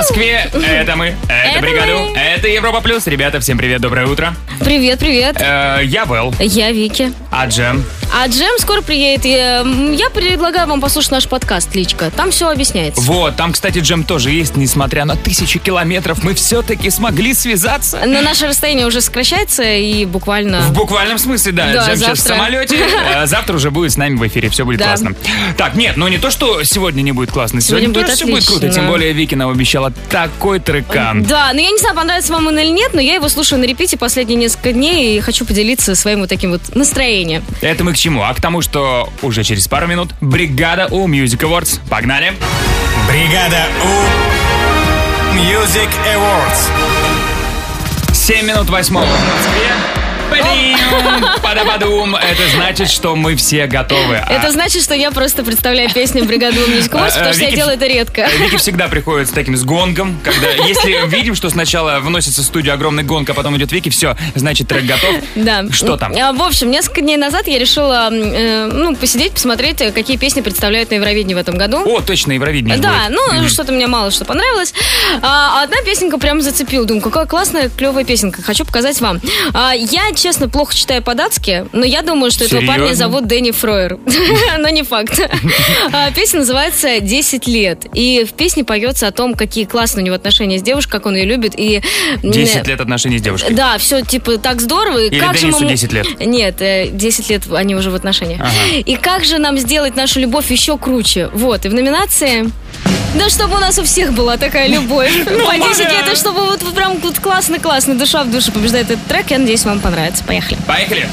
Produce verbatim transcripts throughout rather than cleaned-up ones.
Москве. Это мы. Это, это Бригада У. Это Европа Плюс. Ребята, всем привет, доброе утро. Привет, привет. Э, я Вэл. Я Вики. А Джем? А Джем скоро приедет. Я, я предлагаю вам послушать наш подкаст «Личка». Там все объясняется. Вот, там, кстати, Джем тоже есть. Несмотря на тысячи километров, мы все-таки смогли связаться. Но наше расстояние уже сокращается и буквально... В буквальном смысле, да. да Джем завтра. сейчас в самолете. А завтра уже будет с нами в эфире. Все будет да. классно. Так, нет, ну не то, что сегодня не будет классно. Сегодня, сегодня тоже все будет круто. Тем более Вики нам обещала такой трекан. Да, но я не знаю, понравится вам он или нет, но я его слушаю на репите последние несколько дней и хочу поделиться своим вот таким вот настроением. Это мы к чему? А к тому, что уже через пару минут Бригада У Music Awards. Погнали! Бригада У Music Awards. семь минут восьмого в Москве. Падабадум. Это значит, что мы все готовы. Это значит, что я просто представляю песню «Бригаду У Music Awards», потому что я делаю это редко. Вики всегда приходит с таким с гонгом, когда если видим, что сначала вносится в студию огромный гонг, а потом идет Вики, все, значит, трек готов. Да. Что там? В общем, несколько дней назад я решила э, ну, посидеть, посмотреть, какие песни представляют на Евровидении в этом году. О, точно, Евровидение. Да, будет. ну, Mm-hmm. что-то мне мало что понравилось. А, одна песенка прям зацепила. Думаю, какая классная, клевая песенка. Хочу показать вам. А, я, честно, плохо читаю по-датски, но я думаю, что Серьезно? этого парня зовут Дэнни Фройер. Но не факт. Песня называется «десять лет». И в песне поется о том, какие классные у него отношения с девушкой, как он ее любит. И... десять лет отношений с девушкой. Да, все, типа, так здорово. Или как Деннису же мы... десять лет? Нет, десять лет они уже в отношениях. Ага. И как же нам сделать нашу любовь еще круче? Вот, и в номинации... Да, чтобы у нас у всех была такая любовь по десять лет, и чтобы вот прям вот классно-классно, душа в душу побеждает этот трек. Я надеюсь, вам понравится. Поехали. Поехали.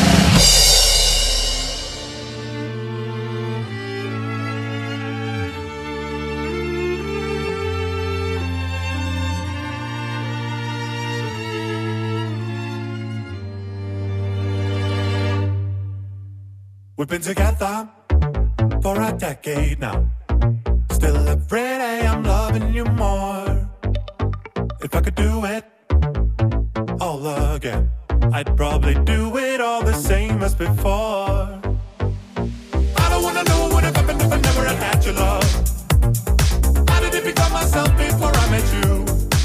We've been together for a decade now. Still every day I'm loving you more. If I could do it all again, I'd probably do it all the same as before. I don't wanna know what would have happened if I never had had your love. How did it become myself before I met you?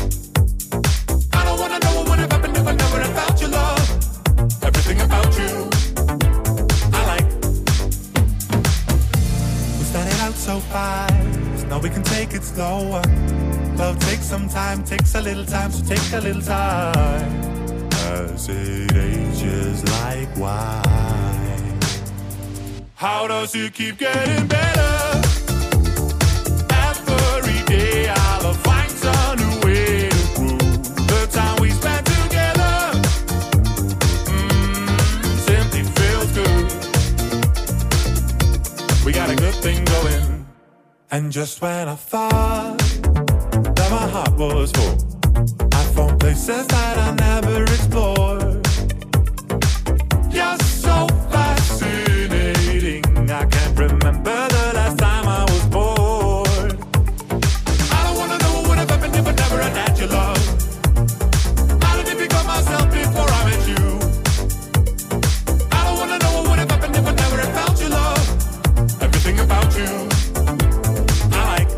I don't wanna know what would have happened if I never had felt your love. Everything about you I like. We started out so fast, now we can take it slower. Love takes some time, takes a little time, so take a little time. As it ages like wine. How does it keep getting better? Every day I'll find some new way to prove the time we spent together. Mmm, simply feels good. We got a good thing going. And just when I thought that my heart was full, I found places that I never explored. You're so fascinating, I can't remember the last time I was bored. I don't wanna know what would have happened if I never had had your love. How did it become myself before I met you? I don't wanna know what would have happened if I never had felt your love. Everything about you I like.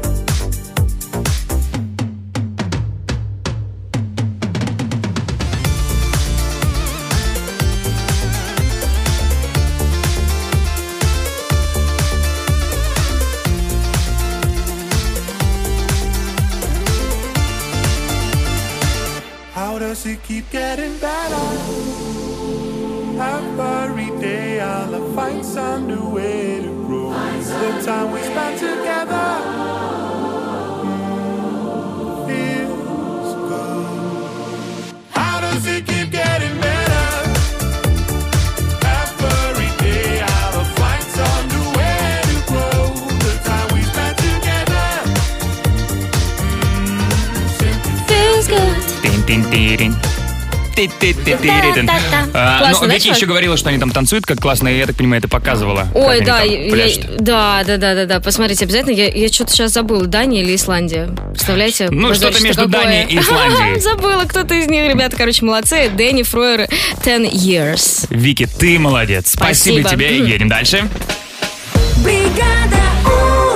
How does it keep getting better? Every day I'll find some new way to grow. The time we spent together mm, feels good. How does it keep getting better? Every day I'll find some new way to grow. The time we spent together mm, simply feels good. Тин-тин-тирин. А, ну, Вики еще говорила, что они там танцуют как классно, и я так понимаю, это показывала. Ой, да, я, да, да, да, да, да. Посмотрите обязательно. Я, я что-то сейчас забыла, Дания или Исландия. Представляете? Ну, что-то между Данией и Исландией. Забыла, кто-то из них. Ребята, короче, молодцы. Дэнни Фройер, ten years. Вики, ты молодец. Спасибо, Спасибо тебе. Едем дальше. Бригада У.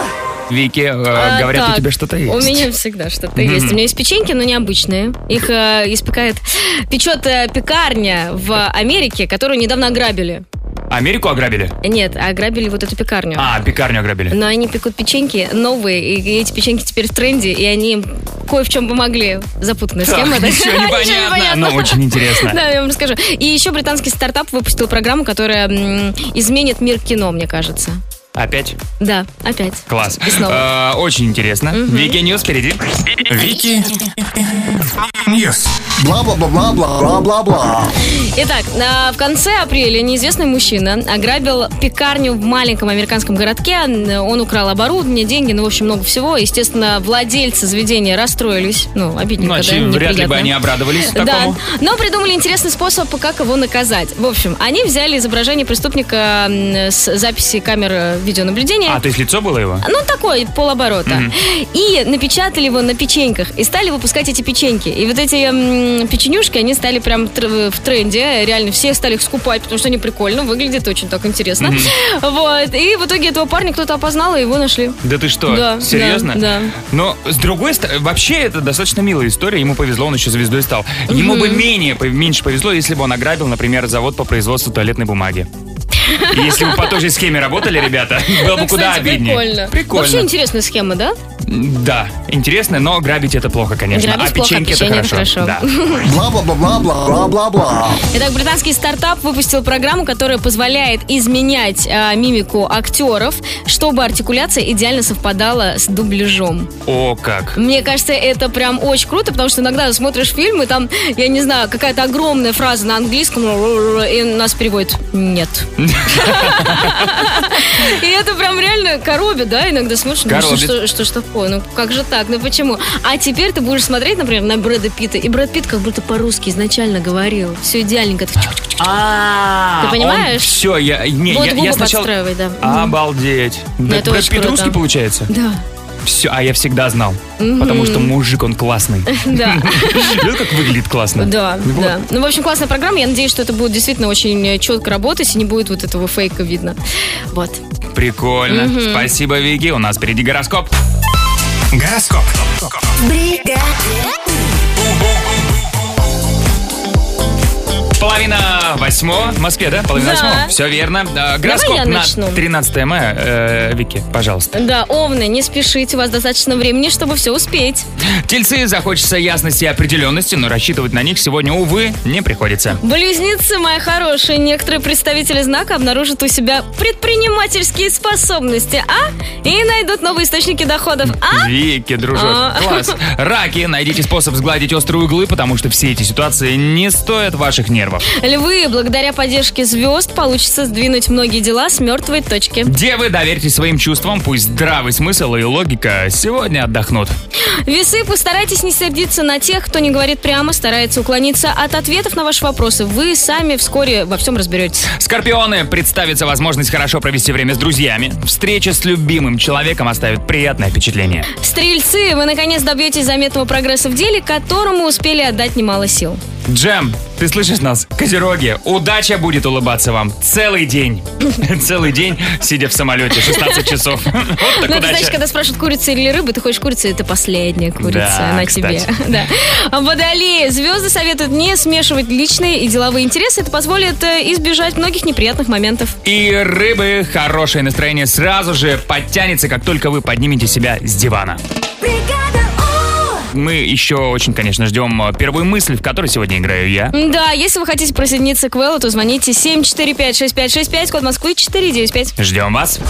Вики, э, А, говорят, так, у тебя что-то есть. У меня всегда что-то есть. У меня есть печеньки, но необычные. Их э, испекает, печет э, пекарня в Америке, которую недавно ограбили. Америку ограбили? Нет, ограбили вот эту пекарню. А, пекарню ограбили. Но они пекут печеньки новые, и эти печеньки теперь в тренде, и они им кое в чем помогли. Запутанная Так, схема. да? ничего непонятно, но очень интересно. Да, я вам расскажу. И еще британский стартап выпустил программу, которая м, изменит мир кино, мне кажется. Опять? Да, опять. Класс. И снова. Э, очень интересно. Вики Ньюс впереди. Вики Ньюс. Бла-бла-бла-бла-бла-бла-бла. Итак, а, в конце апреля неизвестный мужчина ограбил пекарню в маленьком американском городке. Он украл оборудование, деньги, ну, в общем, много всего. Естественно, владельцы заведения расстроились. Ну, обидненько, Ну, да, очевидно, вряд ли неприятно. бы они обрадовались такому. Да, но придумали интересный способ, как его наказать. В общем, они взяли изображение преступника м, с записи камер видеонаблюдения. А, то есть лицо было его? Ну, такой, полоборота. И напечатали его на печеньках. И стали выпускать эти печеньки. И вот эти м, печенюшки, они стали прям тр- в тренде. Реально, все стали их скупать, потому что они прикольно выглядят, очень так интересно. Вот. И в итоге этого парня кто-то опознал, и его нашли. Да ты что? Да, Серьезно? да, да. Но с другой стороны, вообще это достаточно милая история. Ему повезло, он еще звездой стал. Ему бы менее, меньше повезло, если бы он ограбил, например, завод по производству туалетной бумаги. Если бы по той же схеме работали, ребята, было бы Ну, куда кстати, обиднее. прикольно. Прикольно. Вообще интересная схема, да? Да, интересно, но грабить это плохо, конечно. Грабить а плохо, печеньки а это печенье хорошо. хорошо. Да. Бла-бла-бла-бла-бла-бла-бла. Итак, британский стартап выпустил программу, которая позволяет изменять а, мимику актеров, чтобы артикуляция идеально совпадала с дубляжом. О, как. Мне кажется, это прям очень круто, потому что иногда смотришь фильм, и там, я не знаю, какая-то огромная фраза на английском, и нас переводит «нет». И это прям реально коробит, да, иногда смотришь, ну что, что, что ж такое, ну как же так, ну почему? А теперь ты будешь смотреть, например, на Брэда Питта, и Брэд Питт как будто по-русски изначально говорил, все идеальненько. Так, чук-чук-чук. А, Ты понимаешь? Все, я, не, Вот я, губы я сначала... подстраивай, да. Обалдеть. Да, это Брэд очень Питт круто. русский получается? Да. Все, а я всегда знал. Потому что мужик, он классный. Да. Видел, как выглядит классно? Да, Вот. да. Ну, в общем, классная программа. Я надеюсь, что это будет действительно очень четко работать, и не будет вот этого фейка видно. Вот. Прикольно. Спасибо, Вики. У нас впереди гороскоп. Гороскоп. Половина восьмого в Москве, да? Половина Да. восьмого. Все верно. А, Гороскоп я на начну. тринадцатое мая. Э, Вики, пожалуйста. Да, овны, не спешите, у вас достаточно времени, чтобы все успеть. Тельцы, захочется ясности и определенности, но рассчитывать на них сегодня, увы, не приходится. Близнецы, мои хорошие, некоторые представители знака обнаружат у себя предпринимательские способности, а? И найдут новые источники доходов, а? Вики, дружок, А. класс. Раки, найдите способ сгладить острые углы, потому что все эти ситуации не стоят ваших нервов. Львы, благодаря поддержке звезд получится сдвинуть многие дела с мертвой точки. Девы, доверьтесь своим чувствам, пусть здравый смысл и логика сегодня отдохнут. Весы, постарайтесь не сердиться на тех, кто не говорит прямо, старается уклониться от ответов на ваши вопросы. Вы сами вскоре во всем разберетесь. Скорпионы, представится возможность хорошо провести время с друзьями. Встреча с любимым человеком оставит приятное впечатление. Стрельцы, вы наконец добьетесь заметного прогресса в деле, которому успели отдать немало сил. Джем, ты слышишь нас? Козероги, удача будет улыбаться вам целый день. Целый день, сидя в самолете, шестнадцать часов. Вот так Ну, это, знаешь, удача. когда спрашивают, курица или рыба, ты хочешь курицу, это последняя курица Да, на кстати. тебе. Да. А Водолеи, звезды советуют не смешивать личные и деловые интересы. Это позволит э, избежать многих неприятных моментов. И рыбы, хорошее настроение сразу же подтянется, как только вы поднимете себя с дивана. Мы еще очень, конечно, ждем э, первую мысль, в которой сегодня играю я. Да, если вы хотите присоединиться к Вэллу, то звоните семь четыре пять шесть пять шесть пять, код Москвы четыре девять пять. Ждем вас.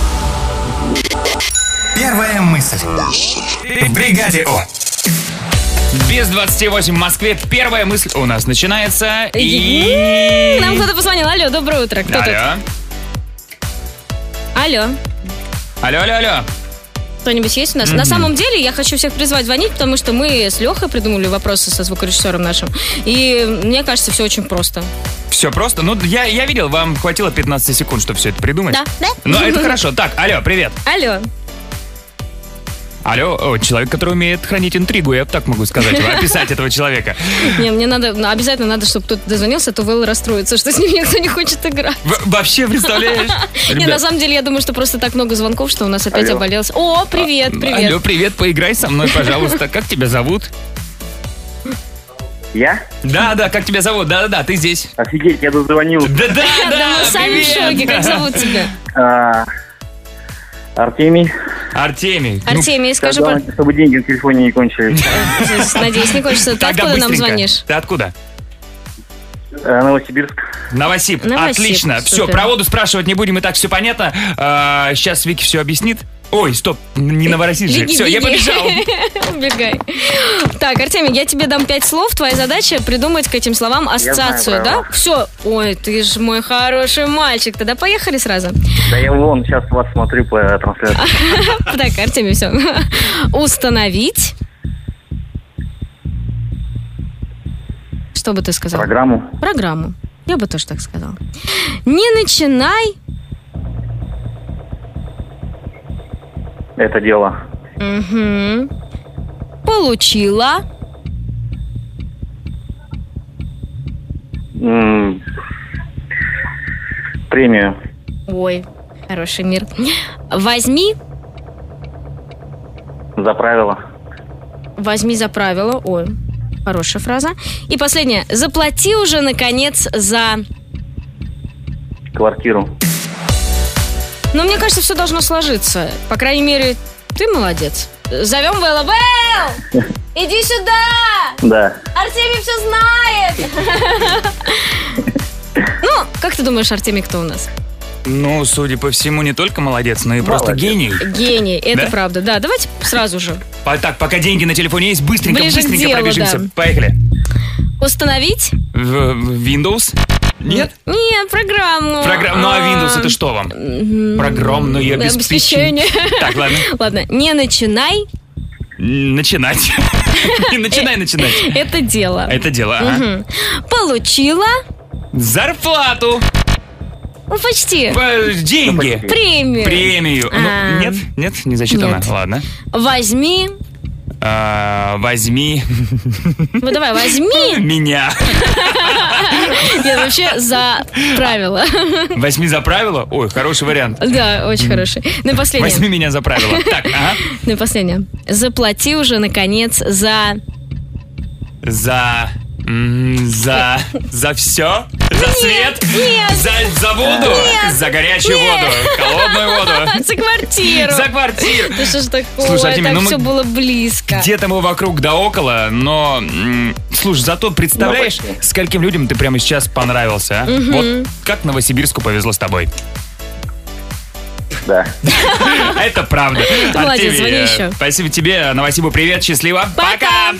Первая мысль. В бригаде У. Без двадцати восемь в Москве первая мысль у нас начинается. И... Нам кто-то позвонил. Алло, доброе утро. Кто тут? Алло. Алло. Алло, алло, алло. Кто-нибудь есть у нас? На самом деле, я хочу всех призвать звонить, потому что мы с Лехой придумали вопросы со звукорежиссером нашим. И мне кажется, все очень просто. Все просто. Ну, я, я видел, вам хватило пятнадцать секунд, чтобы все это придумать. Да, да. Ну, это хорошо. Так, алло, привет. Алло. Алло, о, человек, который умеет хранить интригу, я так могу сказать, описать этого человека. Не, мне надо, ну, обязательно надо, чтобы кто-то дозвонился, а то Вэл расстроится, что с ним никто не хочет играть. В- вообще, представляешь? Не, на самом деле, я думаю, что просто так много звонков, что у нас опять Алло. оболелся. О, привет, привет. Алло, привет, поиграй со мной, пожалуйста. Как тебя зовут? Я? Да, да, как тебя зовут? Да-да-да, ты здесь. Офигеть, я дозвонился. Да-да, Да, да, мы сами в привет. шоке, как зовут тебя? А, Артемий. Артемий. Ну, Артемий, скажи, Когда, пор- чтобы деньги в телефоне не кончились. надеюсь, не хочется. Ты тогда откуда нам быстренько. звонишь? Ты откуда? Э, Новосибирск. Новосиб. Новосиб, Отлично. Все, супер. про воду спрашивать не будем, и так все понятно. А, сейчас Вики все объяснит. Ой, стоп, не Новороссийск. Беги, Все, я беги. побежал. Убегай. Так, Артемий, я тебе дам пять слов. Твоя задача придумать к этим словам ассоциацию, знаю да? правила. Все. Ой, ты ж мой хороший мальчик. Тогда поехали сразу. Да я вон сейчас вас смотрю по трансляции. Так, Артемий, все. Установить. Что бы ты сказал? Программу. Программу. Я бы тоже так сказала. Не начинай. Это дело. Угу. Получила. М, Премию. Ой, хороший мир. Возьми. За правило. Возьми за правило. Ой, хорошая фраза. И последнее. Заплати уже, наконец, за... Квартиру. Ну, мне кажется, все должно сложиться. По крайней мере, ты молодец. Зовем Вэлла. Вэлл! Иди сюда! Да. Артемий все знает! Ну, как ты думаешь, Артемий, кто у нас? Ну, судя по всему, не только молодец, но и просто Молодец. гений. Гений, это Да? правда. Да, давайте сразу же. По- Так, пока деньги на телефоне есть, быстренько, Ближе к быстренько делу, пробежимся. да. Поехали. Установить? В, в Windows? Нет? Нет, программу. Программ... Ну, а Windows А, это что вам? Программное обеспечение. обеспечение. Так, ладно. Ладно, не начинай. Начинать. Не начинай начинать. Это дело. Это дело, ага. Мгм. Получила. Зарплату. Ну, почти. П- Деньги. Премию. Премию. Ну, А. нет, нет, не засчитано. Нет. Ладно. Возьми. А, возьми Ну, давай, возьми. меня. Нет, вообще за правило. Возьми за правило. Ой, хороший вариант. Да, очень хороший. Ну и последнее. Возьми меня за правило. Так, ага. Ну и последнее. Заплати уже, наконец, за... За... м, За... За все? За свет? нет. За, за воду? Нет. За горячую Нет. воду? Холодную воду? За квартиру. За квартиру? Да что ж такое? Слушай, Артемий, так ну мы- все было близко. Где-то мы вокруг да около, но... м, слушай, зато представляешь, Ну, почти. скольким людям ты прямо сейчас понравился, а? Вот как Новосибирску повезло с тобой. Да. Это правда. Ты молодец, Артемий, звони э, еще. Спасибо тебе. Новосибу привет, счастливо. Пока.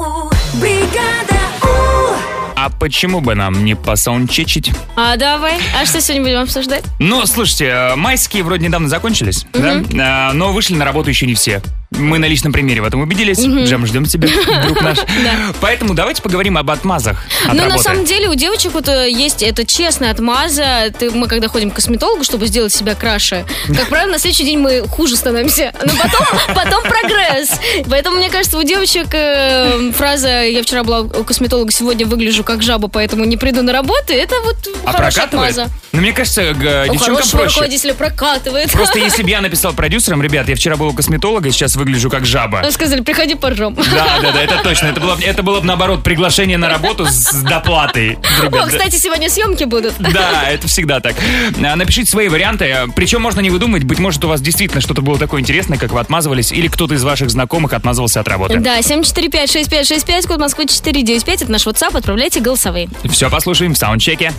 А почему бы нам не посаундчечить? А давай. А что сегодня будем обсуждать? Ну, слушайте, э, майские вроде недавно закончились, да? А, но вышли на работу еще не все. Мы на личном примере в этом убедились. Джем, ждем тебя, друг наш. Поэтому давайте поговорим об отмазах от Ну, на работы. самом деле, у девочек вот э, есть это честная отмаза. Ты, мы когда ходим к косметологу, чтобы сделать себя краше, как правило, на следующий день мы хуже становимся. Но потом, потом прогресс. Поэтому, мне кажется, у девочек э, фраза «я вчера была у косметолога, сегодня выгляжу как жаба, поэтому не приду на работу» это вот А хорошая прокатывает? отмаза. Ну, мне кажется, г- У девчонкам хорошего проще. руководителя прокатывает. Просто если бы я написал продюсерам, ребят, я вчера был у косметолога, и сейчас выгляжу как жаба. Нам сказали, приходи поржем. Да, да, да, это точно. Это было, это было бы, наоборот, приглашение на работу с доплатой. О, Ребят, да. кстати, сегодня съемки будут. Да, это всегда так. А, Напишите свои варианты. Причем можно не выдумать. Быть может, у вас действительно что-то было такое интересное, как вы отмазывались, или кто-то из ваших знакомых отмазывался от работы. Да, семь четыре пять шесть пять шесть пять, код Москвы четыре девять пять, это наш WhatsApp, отправляйте голосовые. Все послушаем в саундчеке.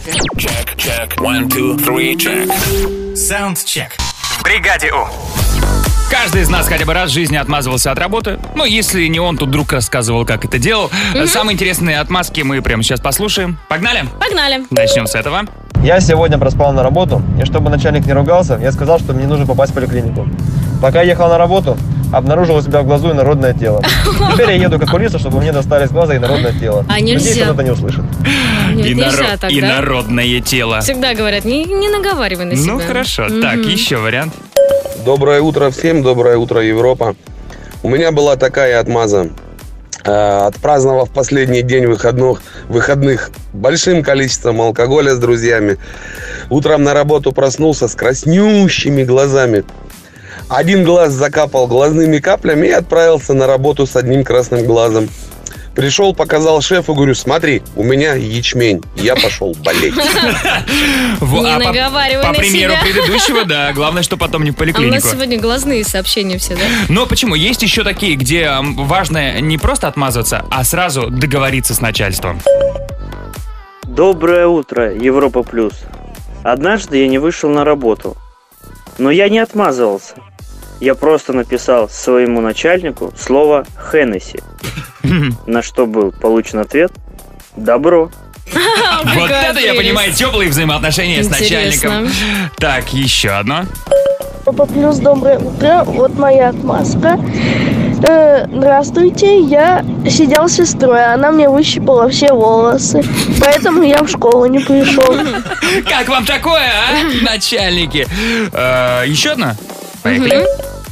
Саундчек. В бригаде У. Каждый из нас хотя бы раз в жизни отмазывался от работы. Ну, если не он, то друг рассказывал, как это делал. Самые интересные отмазки мы прямо сейчас послушаем. Погнали? Погнали. Начнем с этого. Я сегодня проспал на работу, и чтобы начальник не ругался, я сказал, что мне нужно попасть в поликлинику. Пока я ехал на работу, обнаружил у себя в глазу инородное тело. Теперь я еду к окулисту, чтобы мне достали с глаза инородное тело. А нельзя. Надеюсь, он это не услышит. Нет, Инород- нельзя так, да? Инородное тело. Всегда говорят, не, не наговаривай на себя. Ну, хорошо. Так, еще вариант. Доброе утро всем, доброе утро, Европа. У меня была такая отмаза. Отпраздновав последний день выходных, выходных большим количеством алкоголя с друзьями, утром на работу проснулся с краснющими глазами. Один глаз закапал глазными каплями и отправился на работу с одним красным глазом. Пришел, показал шефу, говорю, смотри, у меня ячмень, я пошел болеть. Не наговаривай на себя. По примеру предыдущего, да, главное, что потом не в поликлинику. А у нас сегодня глазные сообщения все, да? Но почему? Есть еще такие, где важно не просто отмазываться, а сразу договориться с начальством. Доброе утро, Европа Плюс. Однажды я не вышел на работу, но я не отмазывался. Я просто написал своему начальнику слово «Хеннесси», на что был получен ответ «Добро». Вот это, я понимаю, теплые взаимоотношения с начальником. Так, еще одно. Европа Плюс, доброе утро. Вот моя отмазка. Э, здравствуйте, я сидел с сестрой, она мне выщипала все волосы, поэтому я в школу не пришел. Как вам такое, а, начальники? Э, еще одна? Поехали.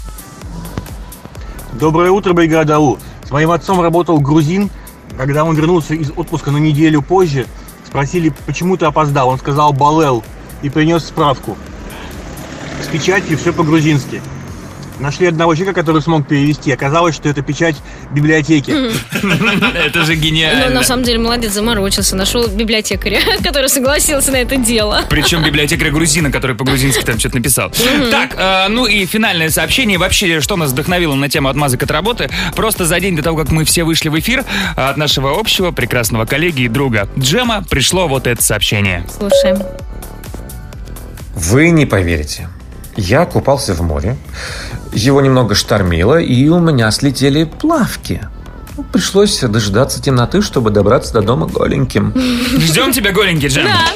Доброе утро, бригада У. С моим отцом работал грузин. Когда он вернулся из отпуска на неделю позже, спросили, почему ты опоздал. Он сказал «болел» и принес справку. С печатью все по-грузински. Нашли одного человека, который смог перевести. Оказалось, что это печать библиотеки. Это же гениально. Ну, на самом деле, молодец, заморочился. Нашел библиотекаря, который согласился на это дело. Причем библиотекаря грузина, который по-грузински там что-то написал. Так, э, ну и финальное сообщение. Вообще, что нас вдохновило на тему отмазок от работы. Просто за день до того, как мы все вышли в эфир, от нашего общего прекрасного коллеги и друга Джема пришло вот это сообщение. Слушаем. Вы не поверите. Я купался в море, его немного штормило, и у меня слетели плавки. Пришлось дождаться темноты, чтобы добраться до дома голеньким. Ждем тебя голенький, Джем. Да.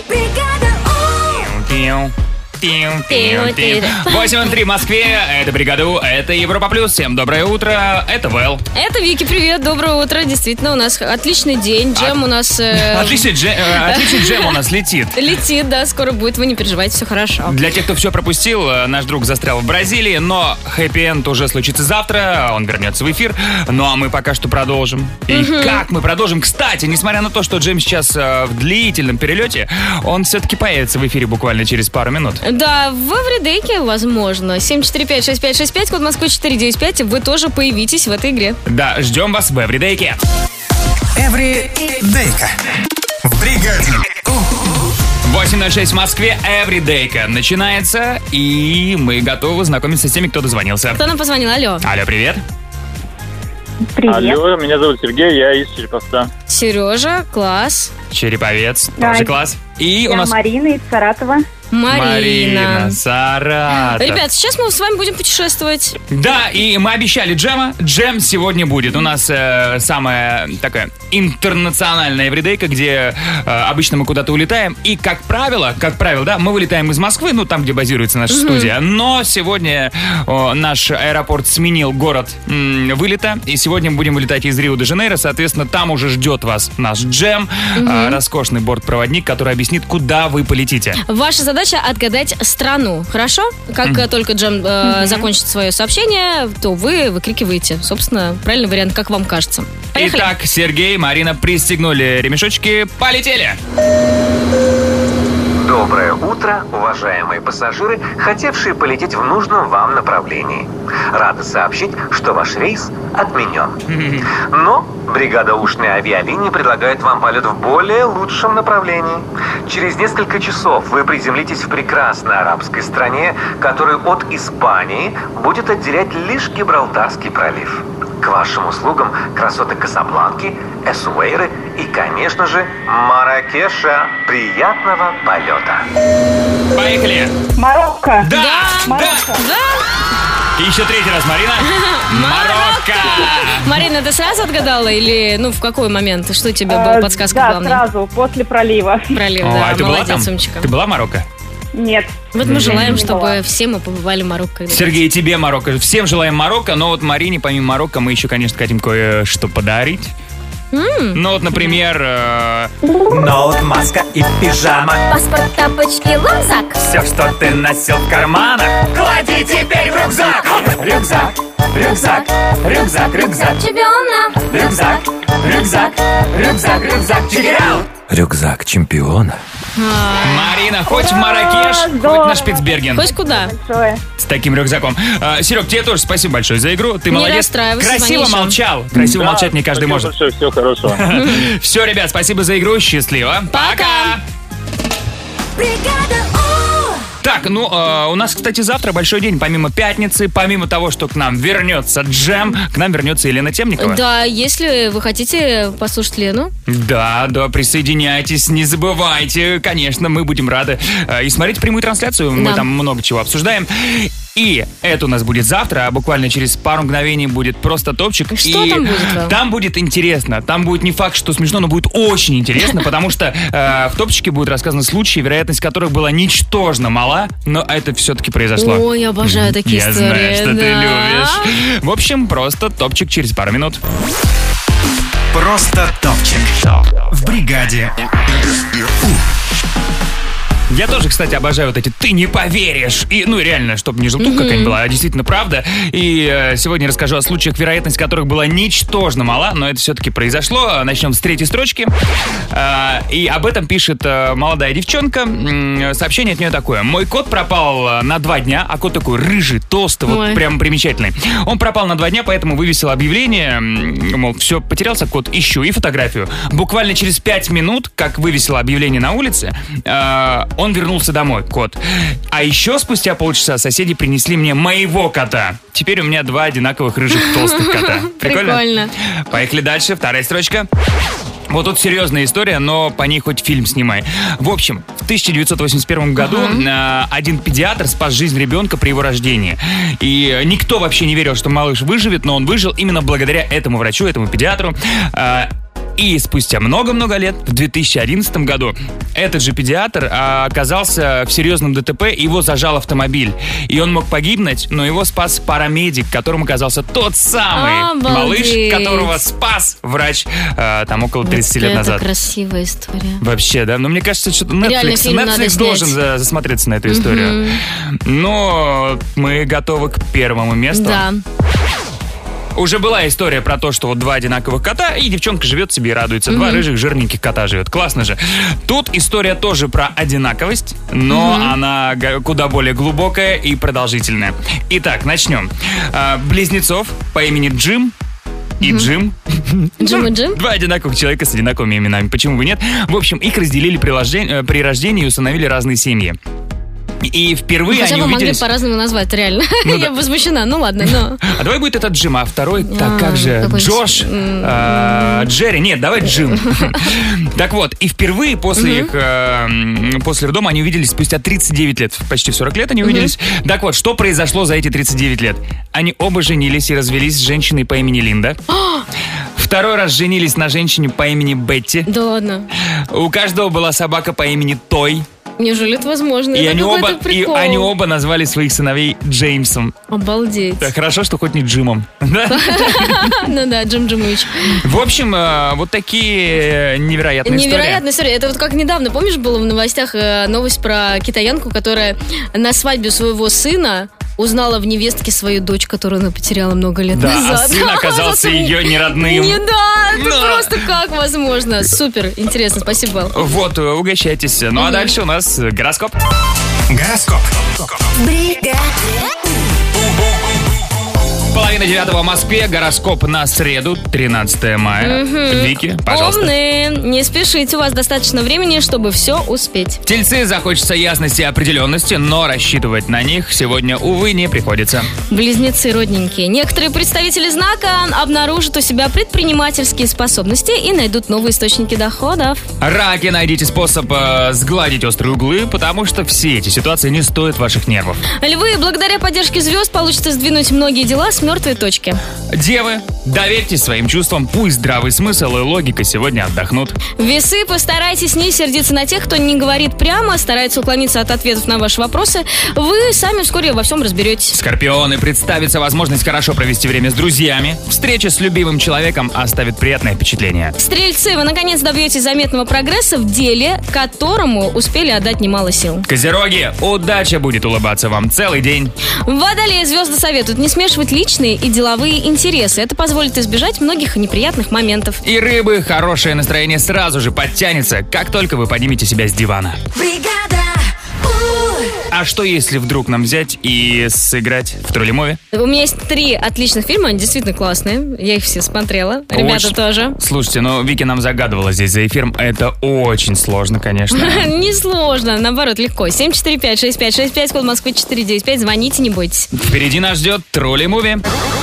восемь три в Москве, это Бригада У, это Европа Плюс. Всем доброе утро, это Вэл. Это Вики, привет, доброе утро. Действительно, у нас отличный день. Джем у нас... Э... Отличный, джем, э, отличный джем у нас летит. Летит, да, скоро будет, вы не переживайте, все хорошо. Для тех, кто все пропустил, наш друг застрял в Бразилии, но хэппи-энд уже случится завтра, он вернется в эфир. Ну а мы пока что продолжим. И угу. как мы продолжим? Кстати, несмотря на то, что Джем сейчас э, в длительном перелете, он все-таки появится в эфире буквально через пару минут. Да, в эвридейке, возможно. семь четыре пять шесть пять шесть пять, код Москвы четыре девять пять. Вы тоже появитесь в этой игре. Да, ждем вас в эвридейке. Эвридейка. В Бригаде. восемь ноль шесть в Москве, эвридейка начинается, и мы готовы знакомиться с теми, кто дозвонился. Кто нам позвонил? Алло. Алло, привет. Привет. Алло, меня зовут Сергей, я из Череповца. Сережа, класс. Череповец, да. тоже класс. И я у нас... Марина из Саратова. Марина. Марина, Саратов. Ребят, сейчас мы с вами будем путешествовать. Да, и мы обещали Джема. Джем сегодня будет. У нас э, самая такая интернациональная эвридейка, где э, обычно мы куда-то улетаем. И, как правило, как правило, да, мы вылетаем из Москвы, ну, там, где базируется наша mm-hmm. студия. Но сегодня э, наш аэропорт сменил город м, вылета. И сегодня мы будем вылетать из Рио-де-Жанейро. Соответственно, там уже ждет вас наш Джем. Mm-hmm. Э, роскошный бортпроводник, который объяснит, куда вы полетите. Ваша задача отгадать страну, хорошо? Как mm-hmm. только Джем э, mm-hmm. закончит свое сообщение, то вы выкрикиваете, собственно, правильный вариант, как вам кажется. Поехали. Итак, Сергей, Марина, пристегнули ремешочки, полетели! Доброе утро, уважаемые пассажиры, хотевшие полететь в нужном вам направлении. Рада сообщить, что ваш рейс отменен. Но бригада ушной авиалинии предлагает вам полет в более лучшем направлении. Через несколько часов вы приземлитесь в прекрасной арабской стране, которую от Испании будет отделять лишь Гибралтарский пролив. К вашим услугам красоты Касабланки, Эссуэйры и, конечно же, Марракеша. Приятного полета! Поехали! Марокко! Да! Марокко! Да! да! И еще третий раз, Марина. Марокко! Марина, ты сразу отгадала или, ну, в какой момент? Что тебе была подсказка да, главная? Да, сразу, после пролива. Пролив, О, да, а ты молодец, была там? Умчика. Ты была в Марокко? Нет. Вот мы желаем, не чтобы была. все мы побывали в Марокко. Сергей, тебе Марокко. Всем желаем Марокко, но вот Марине, помимо Марокко, мы еще, конечно, хотим кое-что подарить. Ну вот, например... э, Ноут, маска и пижама. Паспорт, тапочки, рюкзак. Все, что ты носил в карманах, клади теперь в рюкзак. Рюкзак, рюкзак, рюкзак, рюкзак. Чемпиона. Рюкзак, рюкзак, рюкзак, рюкзак. Check it out. Рюкзак чемпиона. Марина, хоть в Маракеш, хоть на Шпицберген. Хоть куда. С таким рюкзаком. А, Серег, тебе тоже спасибо большое за игру. Ты Не молодец. расстраивайся, Красиво звони еще. молчал. Красиво Да, молчать не каждый спасибо может. большое, всего хорошего. Все, ребят, спасибо за игру. Счастливо. Пока. Так, ну, э, у нас, кстати, завтра большой день. Помимо пятницы, помимо того, что к нам вернется Джем, к нам вернется Елена Темникова. Да, если вы хотите послушать Лену. Да, да, присоединяйтесь, не забывайте. Конечно, мы будем рады. Э, И смотрите прямую трансляцию, мы Да. там много чего обсуждаем. И это у нас будет завтра, а буквально через пару мгновений будет просто топчик. Что И там будет, Вэл? Там будет интересно. Там будет не факт, что смешно, но будет очень интересно, потому что э, в топчике будут рассказаны случаи, вероятность которых была ничтожно мала, но это все-таки произошло. Ой, я обожаю такие Я истории. знаю, что ты да. любишь. В общем, просто топчик через пару минут. Просто топчик. В бригаде. Я тоже, кстати, обожаю вот эти «ты не поверишь». И, ну, реально, чтобы не желтуха какая-нибудь была, а действительно правда. И э, сегодня расскажу о случаях, вероятность которых была ничтожно мала, но это все-таки произошло. Начнем с третьей строчки. Э, и об этом пишет э, молодая девчонка. М, Сообщение от нее такое. Мой кот пропал э, на два дня, а кот такой рыжий, толстый, вот Ой. прям примечательный. Он пропал на два дня, поэтому вывесил объявление, м, мол, все, потерялся кот, ищу, и фотографию. Буквально через пять минут, как вывесила объявление на улице, э, он вернулся домой, кот. А еще спустя полчаса соседи принесли мне моего кота. Теперь у меня два одинаковых рыжих толстых кота. Прикольно? Прикольно. Поехали дальше. Вторая строчка. Вот тут серьезная история, но по ней хоть фильм снимай. В общем, в тысяча девятьсот восемьдесят первом году э, один педиатр спас жизнь ребенка при его рождении. И никто вообще не верил, что малыш выживет, но он выжил именно благодаря этому врачу, этому педиатру. Э, И спустя много-много лет, в две тысячи одиннадцатом году, этот же педиатр а, оказался в серьезном ДТП, его зажал автомобиль. И он мог погибнуть, но его спас парамедик, которым оказался тот самый Обалдеть. малыш, которого спас врач а, там около тридцати лет Это назад. красивая история. Вообще, да? Но мне кажется, что Реально Netflix, фильм надо Netflix снять. должен за- засмотреться на эту историю. Но мы готовы к первому месту. Да. Уже была история про то, что вот два одинаковых кота, и девчонка живет себе и радуется. Два Мгм. рыжих жирненьких кота живет. Классно же. Тут история тоже про одинаковость, но Мгм. она га- куда более глубокая и продолжительная. Итак, начнем. А, Близнецов по имени Джим и Джим. Джим и Джим? Два одинаковых человека с одинаковыми именами. Почему бы нет? В общем, их разделили при, рожден- э, при рождении и установили разные семьи. И впервые Ну, хотя они бы могли увиделись... по-разному назвать, реально. Ну Я да. возмущена, ну ладно, но... А давай будет этот Джим, а второй, А, так как же, какой-нибудь, Джош, м, а, Джерри, нет, давай Джим. Так вот, и впервые после Мгм. их, а, м, после роддома они увиделись спустя тридцать девять лет, почти в сорок лет они Мгм. увиделись. Так вот, что произошло за эти тридцать девять лет? Они оба женились и развелись с женщиной по имени Линда. Второй раз женились на женщине по имени Бетти. Да ладно. У каждого была собака по имени Той. Неужели это возможно? И Это они, оба, какой-то и прикол. они оба назвали своих сыновей Джеймсом. Обалдеть. Да, хорошо, что хоть не Джимом. Да? Ну да, Джим Джимович. В общем, э, вот такие невероятные истории. Невероятная история. Это вот как недавно, помнишь, было в новостях э, новость про китаянку, которая на свадьбе своего сына узнала в невестке свою дочь, которую она потеряла много лет Да, назад. а сын оказался Зато- ее неродным. Не, да, это Да. просто как возможно. Супер, интересно, спасибо. Вот, э, угощайтесь. Ну а Мгм. дальше у нас э, гороскоп. Гороскоп. Половина девятого в Москве. Гороскоп на среду, тринадцатое мая. Мгм. Вики, пожалуйста. Умные. Не спешите, у вас достаточно времени, чтобы все успеть. Тельцы, захочется ясности и определенности, но рассчитывать на них сегодня, увы, не приходится. Близнецы родненькие. Некоторые представители знака обнаружат у себя предпринимательские способности и найдут новые источники доходов. Раки, найдите способ э, сгладить острые углы, потому что все эти ситуации не стоят ваших нервов. Львы, благодаря поддержке звезд получится сдвинуть многие дела с есть мертвые точки. Девы, доверьтесь своим чувствам, пусть здравый смысл и логика сегодня отдохнут. Весы, постарайтесь не сердиться на тех, кто не говорит прямо, старается уклониться от ответов на ваши вопросы. Вы сами вскоре во всем разберетесь. Скорпионы, представится возможность хорошо провести время с друзьями. Встреча с любимым человеком оставит приятное впечатление. Стрельцы, вы наконец добьетесь заметного прогресса в деле, которому успели отдать немало сил. Козероги, удача будет улыбаться вам целый день. Водолеи, звезды советуют не смешивать личные и деловые интересы. Это позволит избежать многих неприятных моментов. И рыбы, хорошее настроение сразу же подтянется, как только вы поднимете себя с дивана. А что если вдруг нам взять и сыграть в Тролли-муви? У меня есть три отличных фильма, они действительно классные. Я их все смотрела. Ребята Очень. тоже. Слушайте, ну Вики нам загадывала здесь за эфиром. Это очень сложно, конечно. Несложно, наоборот, легко. семь четыре пять шесть пять шесть пять, код Москвы четыре девять пять. Звоните, не бойтесь. Впереди нас ждет Тролли-муви.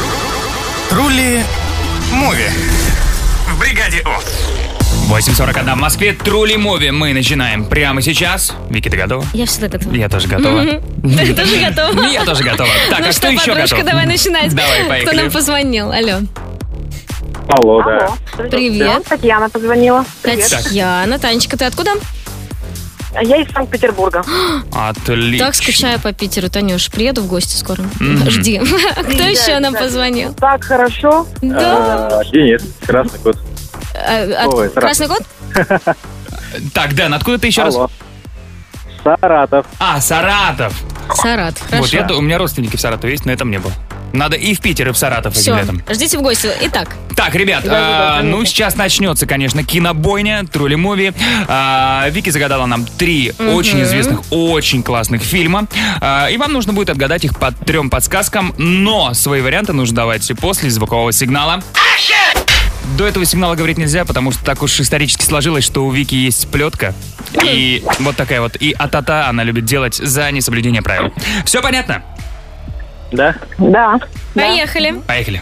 Тролли-муви. В бригаде У. восемь сорок один в Москве. Тролли-муви. Мы начинаем прямо сейчас. Вики, ты готова? Я всегда готова. Я тоже готова. Ты тоже готова? Я тоже готова. Так, ну а что, кто еще подружка, готов? давай начинать. Давай, поехали. Кто нам позвонил? Алло. Алло, да. Привет. Татьяна позвонила. Привет. Татьяна. Танечка, ты откуда? Я из Санкт-Петербурга. Отлично. Так скучаю по Питеру, Танюш. Приеду в гости скоро. Мгм. Жди. Кто еще нам позвонил? Так хорошо. Да. А, Денис, Красный кот. А, от- Ой, Красный кот? Так, Дэн, откуда ты еще раз? Алло. Саратов. А, Саратов. Саратов, Вот, хорошо. я, у меня родственники в Саратове есть, но это мне было. Надо и в Питер, и в Саратов этим Все, летом. ждите в гости. Итак, Так, ребят, а, ну сейчас начнется, конечно, кинобойня, тролли-муви. А, Вики загадала нам три Мгм. очень известных, очень классных фильма. А, и вам нужно будет отгадать их по трем подсказкам, но свои варианты нужно давать после звукового сигнала. До этого сигнала говорить нельзя, потому что так уж исторически сложилось, что у Вики есть плетка. И вот такая вот. И а-та-та она любит делать за несоблюдение правил. Все понятно? Да. Да. поехали. Поехали.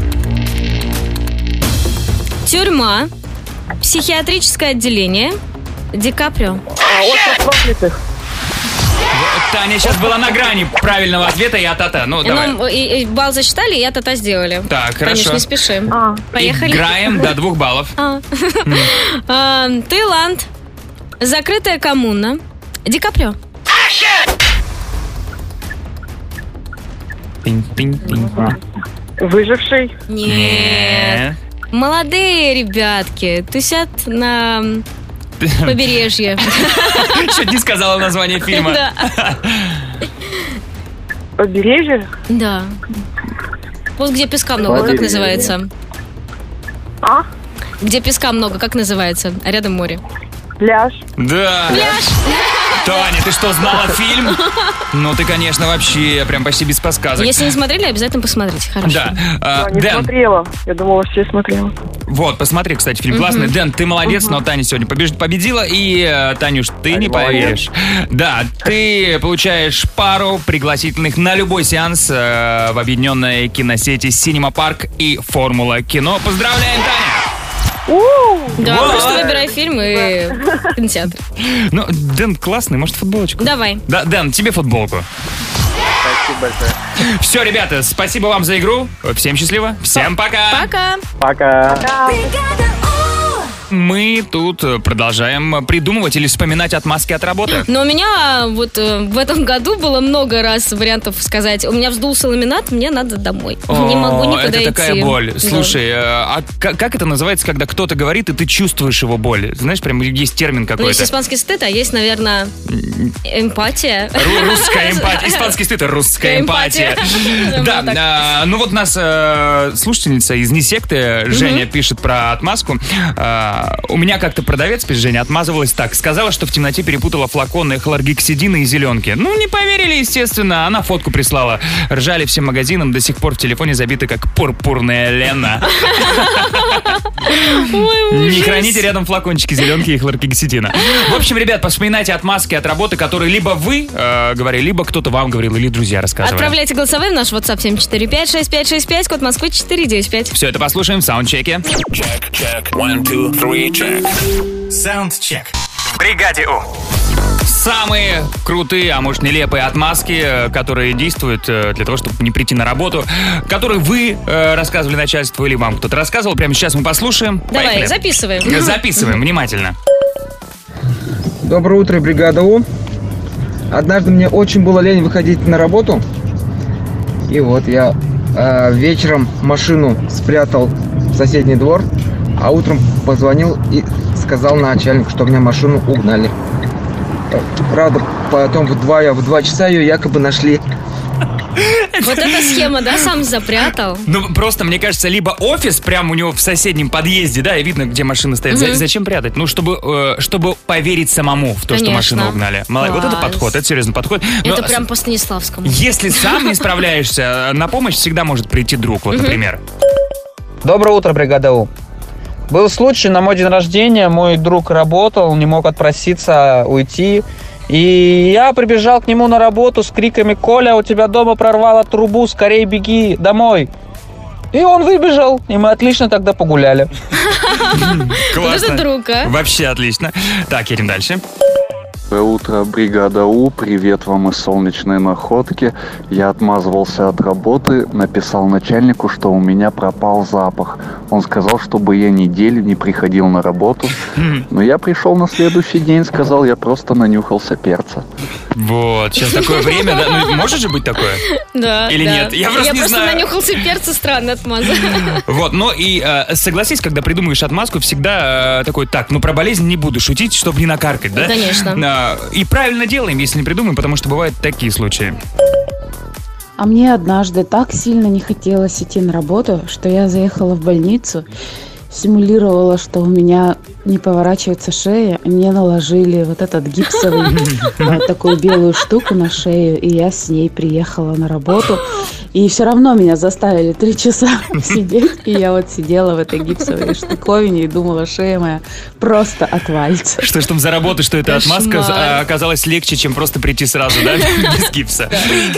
Тюрьма, психиатрическое отделение, Ди Каприо. Остров проклятых. Таня сейчас была на грани правильного ответа и а-та-та. Ну, давай. Ну, и, и балл засчитали, и я-то-то сделали. Так, хорошо. Конечно, не спешим. Поехали. Играем до двух баллов. А. А, Таиланд, закрытая коммуна, Ди Каприо. Выживший. Нет. Молодые ребятки тусят на побережье. Чуть не сказала название фильма. Да. Побережье? Да. Вот где песка много, как называется? А? Где песка много, как называется? А рядом море. Пляж. Да. Пляж. Таня, ты что, знала фильм? Ну, ты, конечно, вообще прям почти без подсказок. Если не смотрели, обязательно посмотрите. Хорошо. Да. А, Не Дэн, смотрела. Я думала, все смотрела. вот, посмотри, кстати, фильм Мгм. классный. Дэн, ты молодец, Мгм. но Таня сегодня побеж- победила. И, э, Танюш, ты не молодец. поверишь. Да, ты получаешь пару пригласительных на любой сеанс э, в объединенной киносети Cinema Park и Формула кино. Поздравляем, Таня! Да, Вот. просто выбирай фильм и кинотеатр. Ну, Дэн классный, может, футболочку? Давай. Да, Дэн, тебе футболку. Спасибо большое. Все, ребята, спасибо вам за игру. Всем счастливо. Всем пока. Пока. Пока. Мы тут продолжаем придумывать или вспоминать отмазки от работы. Но у меня вот э, в этом году было много раз вариантов сказать: у меня вздулся ламинат, мне надо домой. Не могу О, никуда это идти. такая боль. Да. Слушай, э, а как, как это называется, когда кто-то говорит, и ты чувствуешь его боль? Знаешь, прям есть термин Ну, есть какой-то. испанский стыд, а есть, наверное, эмпатия. Ру- Русская эмпатия. Испанский стыд — это русская эмпатия. Эмпатия. Да, Вот так. а, ну вот нас э, слушательница из Несекты, Женя, пишет про отмазку. А, У меня как-то продавец, пишет Женя, отмазывалась так. Сказала, что в темноте перепутала флаконы хлоргексидина и зеленки. Ну, не поверили, естественно. Она фотку прислала. Ржали всем магазинам, до сих пор в телефоне забиты, как пурпурная Лена. Не храните рядом флакончики зеленки и хлоргексидина. В общем, ребят, вспоминайте отмазки от работы, которые либо вы э, говорили, либо кто-то вам говорил, или друзья рассказывали. Отправляйте голосовые в наш WhatsApp семь четыре пять шесть пять шесть пять, код Москвы четыре девять пять. Все это послушаем в саундчеке. Саундчек. В бригаде У. самые крутые, а может нелепые отмазки, которые действуют для того, чтобы не прийти на работу, которые вы э, рассказывали начальству или вам кто-то рассказывал. Прямо сейчас мы послушаем. Давай, Поехали. записываем. Записываем, внимательно. Доброе утро, бригада У. Однажды мне очень было лень выходить на работу. И вот я э, вечером машину спрятал в соседний двор, а утром позвонил и сказал начальнику, что у меня машину угнали. Правда, потом в два, в два часа ее якобы нашли. Вот эта схема, да, сам запрятал? Ну, просто, мне кажется, либо офис прямо у него в соседнем подъезде, да, и видно, где машина стоит. Мгм. За- Зачем прятать? Ну, чтобы, э, чтобы поверить самому в то, что Конечно. машину угнали. Мало- Вот это Класс. подход, это серьезный подход. Но Это прям по Станиславскому. Если сам не справляешься, на помощь всегда может прийти друг, вот, Мгм. например. Доброе утро, бригада У. Был случай, на мой день рождения мой друг работал, не мог отпроситься уйти. И я прибежал к нему на работу с криками: «Коля, у тебя дома прорвало трубу, скорее беги домой». И он выбежал, и мы отлично тогда погуляли. Вот это друг, а? Вообще отлично. Так, едем дальше. Доброе утро, бригада У. Привет вам из солнечной Находки. Я отмазывался от работы, написал начальнику, что у меня пропал запах. Он сказал, чтобы я неделю не приходил на работу. Но я пришел на следующий день, сказал, я просто нанюхался перца. Вот, сейчас такое время, да? Ну, может же быть такое? Да. Или да. нет? Я просто не знаю. нанюхался перца, странно отмаза. Вот, ну и э, согласись, когда придумаешь отмазку, всегда э, такой, так, ну про болезнь не буду шутить, чтобы не накаркать, да? Конечно. А, и правильно делаем, если не придумаем, потому что бывают такие случаи. А мне однажды так сильно не хотелось идти на работу, что я заехала в больницу, симулировала, что у меня не поворачивается шея, мне наложили вот этот гипсовый, вот такую белую штуку на шею, и я с ней приехала на работу. И все равно меня заставили три часа сидеть, и я вот сидела в этой гипсовой штуковине и думала, шея моя просто отвалится. Что ж там за работа, что эта Кошмар. отмазка а, оказалась легче, чем просто прийти сразу, да, без гипса.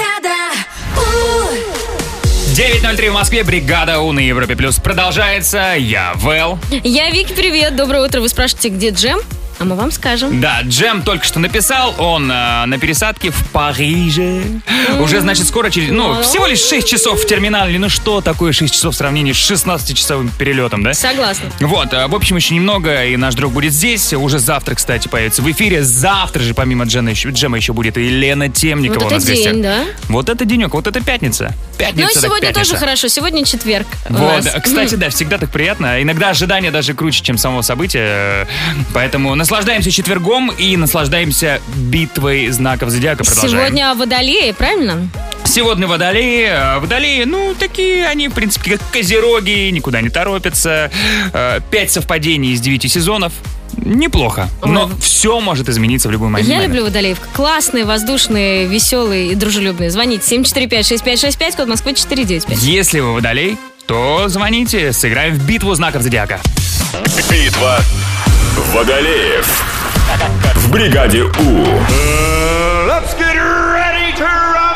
девять ноль три в Москве, бригада У на Европе Плюс продолжается. Я Вэл. Я Вики, привет, доброе утро. Вы спрашиваете, где Джем? А мы вам скажем. Да, Джем только что написал, он э, на пересадке в Париже. Уже, значит, скоро через... Ну, всего лишь шесть часов в терминале. Ну, что такое шесть часов в сравнении с шестнадцатичасовым перелетом, да? Согласна. Вот, э, в общем, еще немного, и наш друг будет здесь. Уже завтра, кстати, появится в эфире. Завтра же, помимо Джема, еще, Джема еще будет и Лена Темникова Вот у нас это в гостях. день, да? Вот это денек, вот это пятница. Пятница, Ну, так сегодня пятница. тоже хорошо. Сегодня четверг у Вот, нас. кстати, да, всегда так приятно. Иногда ожидания даже круче, чем само событие. Поэтому наслаждаемся четвергом и наслаждаемся битвой знаков зодиака. Продолжаем. Сегодня водолеи, правильно? Сегодня водолеи. А Водолеи, ну, такие они, в принципе, как козероги, никуда не торопятся. Э, Пять совпадений из девяти сезонов. Неплохо. Но все может измениться в любой момент. Я люблю водолеев. Классные, воздушные, веселые и дружелюбные. Звоните семь четыре пять шесть пять шесть пять, код Москвы четыре девять пять. Если вы водолей, то звоните, сыграем в битву знаков зодиака. Битва водолеев в бригаде У. Let's get ready to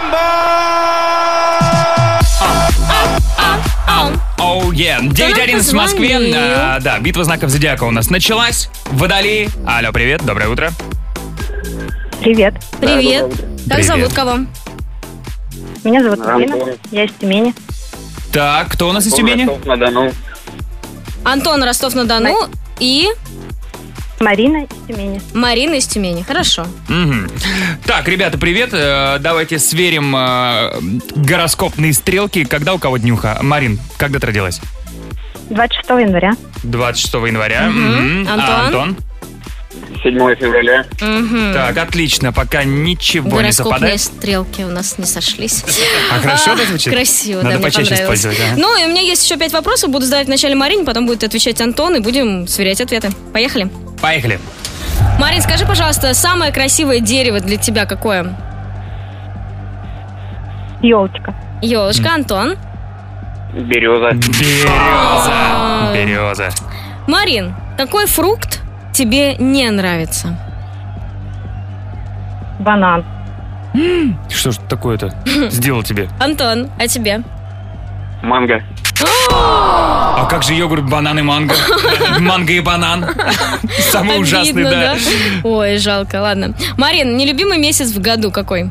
Оу, е. девять одиннадцать в Москве. А, да, битва знаков зодиака у нас началась. Водолеи. Алло, привет, доброе утро. Привет. Привет. Как Привет. зовут кого? Меня зовут Антон. Ирина. Я из Тюмени. Так, кто у нас из Тюмени? Ростов-на-Дону. Антон, Ростов-на-Дону и... Марина из Тюмени. Марина из Тюмени. Хорошо. Мгм. Так, ребята, привет. Э, Давайте сверим э, гороскопные стрелки. Когда у кого днюха? Марин, когда ты родилась? двадцать шестого января. двадцать шестого января. Мгм. Мгм. Антон? А Антон? седьмого февраля. Мгм. Так, отлично, пока ничего не Гороскопные совпадает. стрелки у нас не сошлись. А хорошо это звучит? Красиво, Надо да, мне почаще понравилось. использовать, ага. Ну, и у меня есть еще пять вопросов. Буду задавать вначале Марине, потом будет отвечать Антон, и будем сверять ответы. Поехали. Поехали. Марин, скажи, пожалуйста, самое красивое дерево для тебя какое? Елочка. Елочка, Антон. Береза. Береза. Береза. Марин, какой фрукт тебе не нравится? Банан. Что ж такое-то сделал тебе? Антон, а тебе? Манго. А А как же йогурт, банан и манго? Манго и банан. Самый ужасный, да. Ой, жалко, ладно. Марин, нелюбимый месяц в году какой?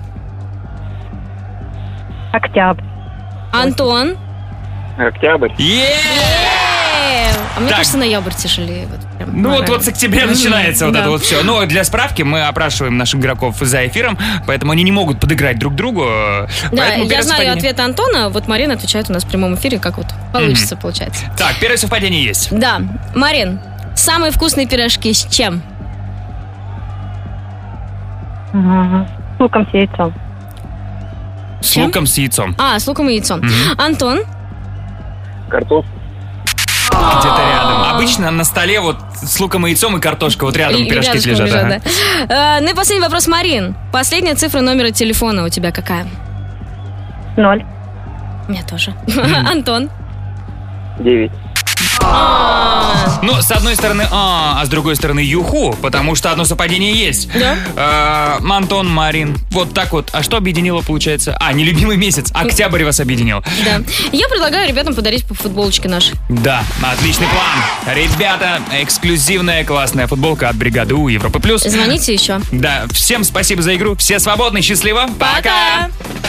Октябрь. Антон? Октябрь. А мне кажется, ноябрь тяжелее. Ну вот, вот с октября начинается вот это вот все. Но для справки мы опрашиваем наших игроков за эфиром, поэтому они не могут подыграть друг другу. Да, я знаю ответ Антона, вот Марина отвечает у нас в прямом эфире, как вот получится, получается. Так, первое совпадение есть. Да. Марин, самые вкусные пирожки с чем? С луком с яйцом. С луком с яйцом. А, с луком и яйцом. Антон? Картошка. Где-то рядом. Обычно на столе вот с луком и яйцом и картошка вот рядом И- пирожки рядышком лежат. лежат, ага. да. Э, Ну и последний вопрос, Марин. Последняя цифра номера телефона у тебя какая? Ноль. У меня тоже. Антон? Девять. Ну, с одной стороны, а, а с другой стороны, юху, потому что одно совпадение есть. Да. Э, Антон, Марин. Вот так вот. А что объединило, получается? А, нелюбимый месяц. Октябрь вас объединил. Да. Я предлагаю ребятам подарить по футболочке нашей. Да, отличный план. Ребята, эксклюзивная классная футболка от бригады У Европы Плюс. Звоните еще. Да, всем спасибо за игру. Все свободны, счастливо. Пока!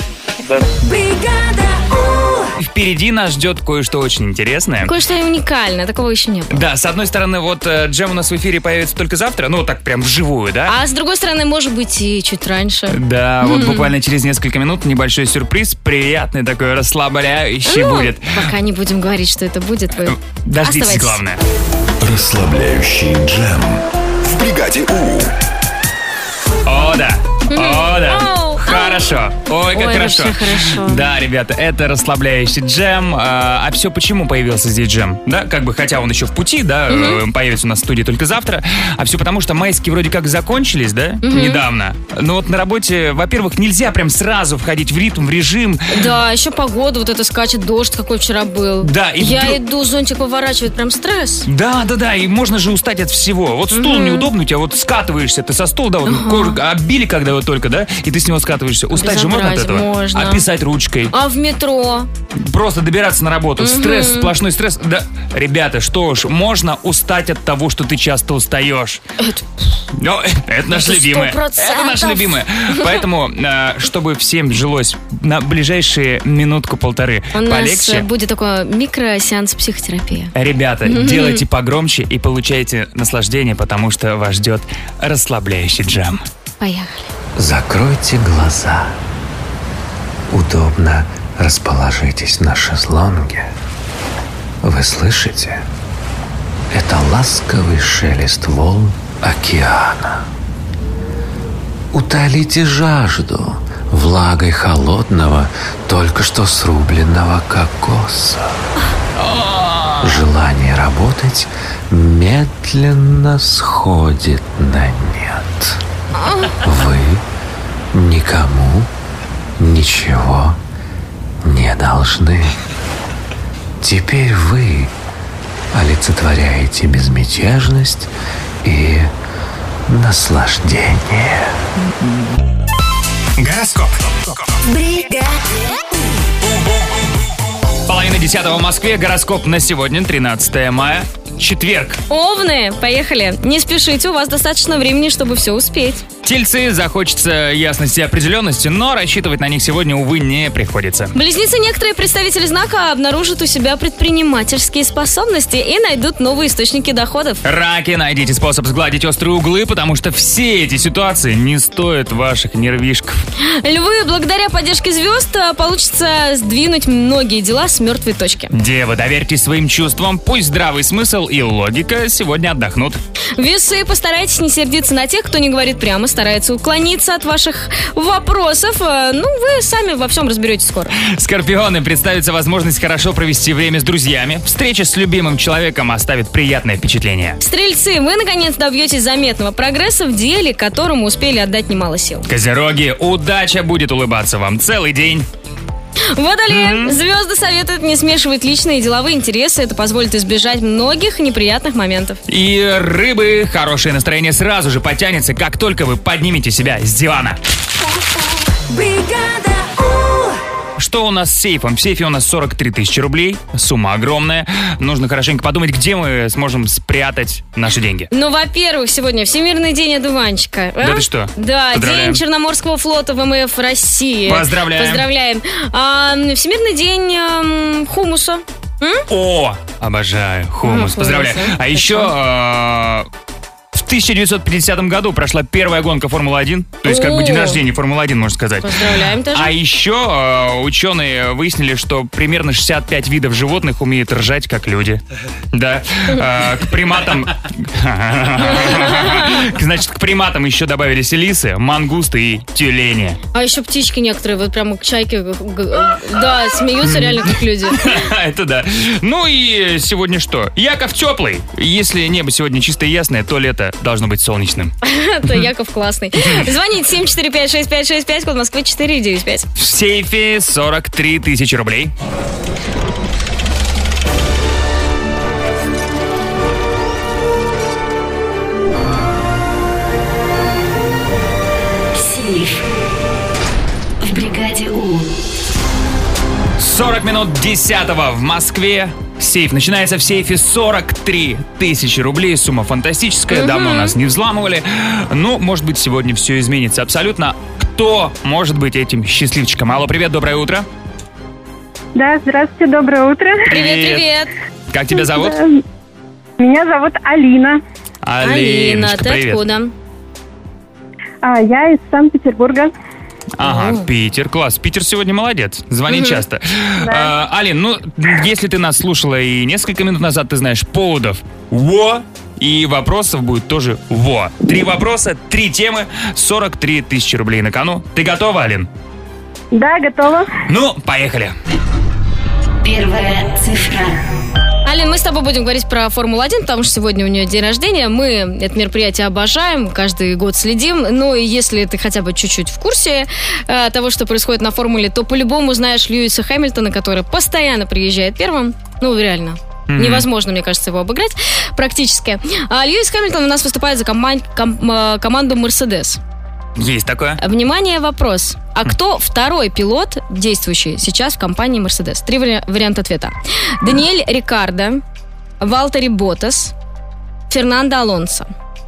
Впереди нас ждет кое-что очень интересное. Кое-что уникальное, такого еще не было. Да, с одной стороны, вот э, джем у нас в эфире появится только завтра, ну, так прям вживую, да? А с другой стороны, может быть, и чуть раньше. Да, вот М. буквально через несколько минут небольшой сюрприз, приятный такой, расслабляющий Ну, будет. Пока не будем говорить, что это будет. Вы Дождитесь, оставайтесь. главное. Расслабляющий джем. В бригаде У. О, да. О, да. Оу, Хорошо. Ой, как Ой, хорошо. вообще хорошо. Да, ребята, это расслабляющий джем. А, а все почему появился здесь джем? Да, как бы, хотя он еще в пути, да, Мгм. э, появится у нас в студии только завтра. А все потому, что майские вроде как закончились, да, Мгм. недавно. Но вот на работе, во-первых, нельзя прям сразу входить в ритм, в режим. Да, еще погода, вот это скачет, дождь какой вчера был. Да, и Я вдруг- иду, зонтик поворачивает, прям стресс. Да, да, да, и можно же устать от всего. Вот стул Мгм. неудобный, у тебя вот скатываешься, ты со стула, да, вот Ага. кожу оббили, когда вот только, да, и ты с него скатываешься. Устать же можно от Безобразие, этого? можно. А писать ручкой? А в метро? Просто добираться на работу. Мгм. Стресс, сплошной стресс. Да, ребята, что уж, можно устать от того, что ты часто устаешь. Это... Ну, это наше Это любимое. сто процентов. Это наше любимое. Поэтому, э, чтобы всем жилось на ближайшие минутку-полторы У нас полегче, э, будет такой микросеанс психотерапии. ребята, Мгм. делайте погромче и получайте наслаждение, потому что вас ждет расслабляющий джем. Поехали. Закройте глаза. Удобно расположитесь на шезлонге. Вы слышите? Это ласковый шелест волн океана. Утолите жажду влагой холодного, только что срубленного кокоса. Желание работать медленно сходит на нет. Вы никому ничего не должны. Теперь вы олицетворяете безмятежность и наслаждение. Гороскоп. Половина десятого в Москве. Гороскоп на сегодня, тринадцатое мая. Четверг. Овны, поехали. Не спешите, у вас достаточно времени, чтобы все успеть. Тельцы, захочется ясности и определенности, но рассчитывать на них сегодня, увы, не приходится. Близнецы, некоторые представители знака обнаружат у себя предпринимательские способности и найдут новые источники доходов. Раки, найдите способ сгладить острые углы, потому что все эти ситуации не стоят ваших нервишков. Львы, благодаря поддержке звезд а, получится сдвинуть многие дела с мертвой точки. Девы, доверьтесь своим чувствам, пусть здравый смысл и логика сегодня отдохнут. Весы, постарайтесь не сердиться на тех, кто не говорит прямо, старается уклониться от ваших вопросов. А, Ну, вы сами во всем разберетесь скоро. Скорпионы, представится возможность хорошо провести время с друзьями. Встреча с любимым человеком оставит приятное впечатление. Стрельцы, вы наконец добьетесь заметного прогресса в деле, которому успели отдать немало сил. Козероги, удача будет улыбаться вам целый день. Водолеи, звезды советуют не смешивать личные и деловые интересы. Это позволит избежать многих неприятных моментов. И рыбы, хорошее настроение сразу же потянется, как только вы поднимете себя с дивана. что у нас с сейфом? В сейфе у нас сорок три тысячи рублей. Сумма огромная. Нужно хорошенько подумать, где мы сможем спрятать наши деньги. Ну, во-первых, сегодня Всемирный день одуванчика. А? Да ты что? Да, День Черноморского флота ВМФ России. Поздравляем. Поздравляем. А, Всемирный день эм, хумуса. М? О, обожаю хумус. Ну, Поздравляю. хумус, А еще э, в тысяча девятьсот пятидесятом году прошла первая гонка Формулы-один. То есть как бы О. день рождения Формулы-один, можно сказать. Поздравляем тоже. А еще э, ученые выяснили, что примерно шестьдесят пять видов животных умеют ржать, как люди. Да. Э, К приматам... Значит, к приматам еще добавились лисы, мангусты и тюлени. А еще птички некоторые, вот прямо к чайке, г- г- да, смеются реально как люди. Это да. Ну и сегодня что? Яков теплый. Если небо сегодня чистое и ясное, то лето должно быть солнечным. Это Яков классный. Звоните семь четыре пять шесть пять шесть пять, код Москвы четыре девять пять. В сейфе сорок три тысячи рублей. Сейф в бригаде У. сорок минут десятого в Москве. Сейф начинается в сейфе сорок три тысячи рублей. Сумма фантастическая. Мгм. Давно нас не взламывали. Ну, может быть, сегодня все изменится абсолютно. Кто может быть этим счастливчиком? Алло, привет, доброе утро. Да, здравствуйте, доброе утро. Привет, привет. Как тебя зовут? Да, меня зовут Алина. Алина, Алиночка, ты привет. откуда? А, я из Санкт-Петербурга. Ага, Питер, класс. Питер сегодня молодец, звонит Мгм. часто. А, Алин, ну, если ты нас слушала и несколько минут назад, ты знаешь, поводов во, и вопросов будет тоже во. Три вопроса, три темы, сорок три тысячи рублей на кону. Ты готова, Алин? Да, готова. Ну, поехали. Первая цифра. Алин, мы с тобой будем говорить про Формулу-один, потому что сегодня у нее день рождения. Мы это мероприятие обожаем, каждый год следим. Ну и если ты хотя бы чуть-чуть в курсе э, того, что происходит на Формуле, то по-любому знаешь Льюиса Хэмилтона, который постоянно приезжает первым. Ну, реально. Мгм. Невозможно, мне кажется, его обыграть практически. А Льюис Хэмилтон у нас выступает за коман- ком- э, команду Мерседес. Есть такое. Внимание, вопрос. А кто второй пилот, действующий сейчас в компании Mercedes? Три вари- варианта ответа. Даниэль Рикардо, Валтери Ботас, Фернандо Алонсо.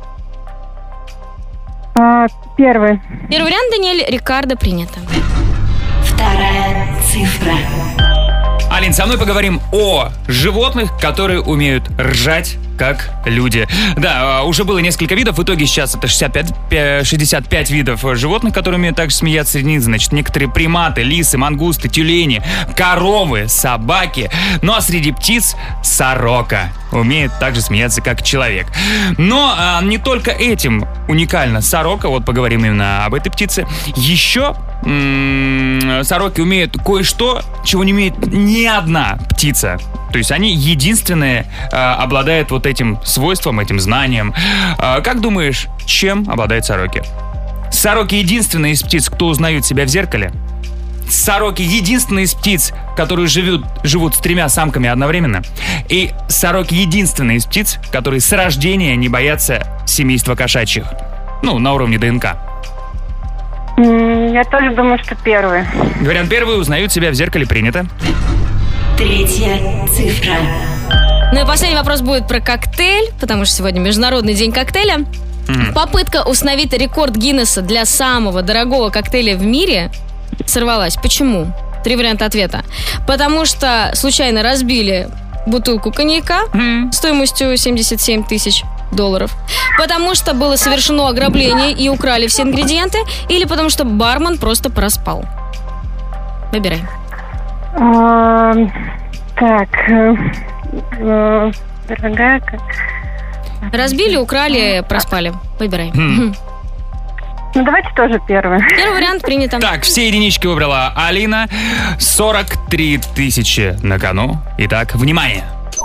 А, первый. Первый вариант Даниэль Рикардо принято. Вторая цифра. Алин, со мной поговорим о животных, которые умеют ржать, как люди. Да, уже было несколько видов, в итоге сейчас это шестьдесят пять, пя- шестьдесят пять видов животных, которые умеют также смеяться среди них. Значит, некоторые приматы, лисы, мангусты, тюлени, коровы, собаки. Ну а среди птиц сорока умеет также смеяться, как человек. Но а, не только этим уникальна сорока, вот поговорим именно об этой птице. Еще м- сороки умеют кое-что, чего не умеет ни одна птица. То есть они единственные э, обладают вот этим свойством, этим знанием. Э, как думаешь, чем обладают сороки? Сороки единственные из птиц, кто узнают себя в зеркале. Сороки единственные из птиц, которые живут, живут с тремя самками одновременно. И сороки единственные из птиц, которые с рождения не боятся семейства кошачьих. Ну, на уровне ДНК. М, Я тоже думаю, что первый. Вариант первый: узнают себя в зеркале, принято. Третья цифра. Ну и последний вопрос будет про коктейль, потому что сегодня Международный день коктейля. Мгм. Попытка установить рекорд Гиннесса для самого дорогого коктейля в мире сорвалась. Почему? Три варианта ответа. Потому что случайно разбили бутылку коньяка стоимостью семьдесят семь тысяч долларов. Потому что было совершено ограбление и украли все ингредиенты. Или потому что бармен просто проспал. Выбирай. А, так. э, э, Дорогая. как- Разбили, украли, проспали. Выбирай. Хм. Ну, давайте тоже первый. Первый вариант принято. Так, все единички выбрала Алина. сорок три тысячи на кону. Итак, внимание.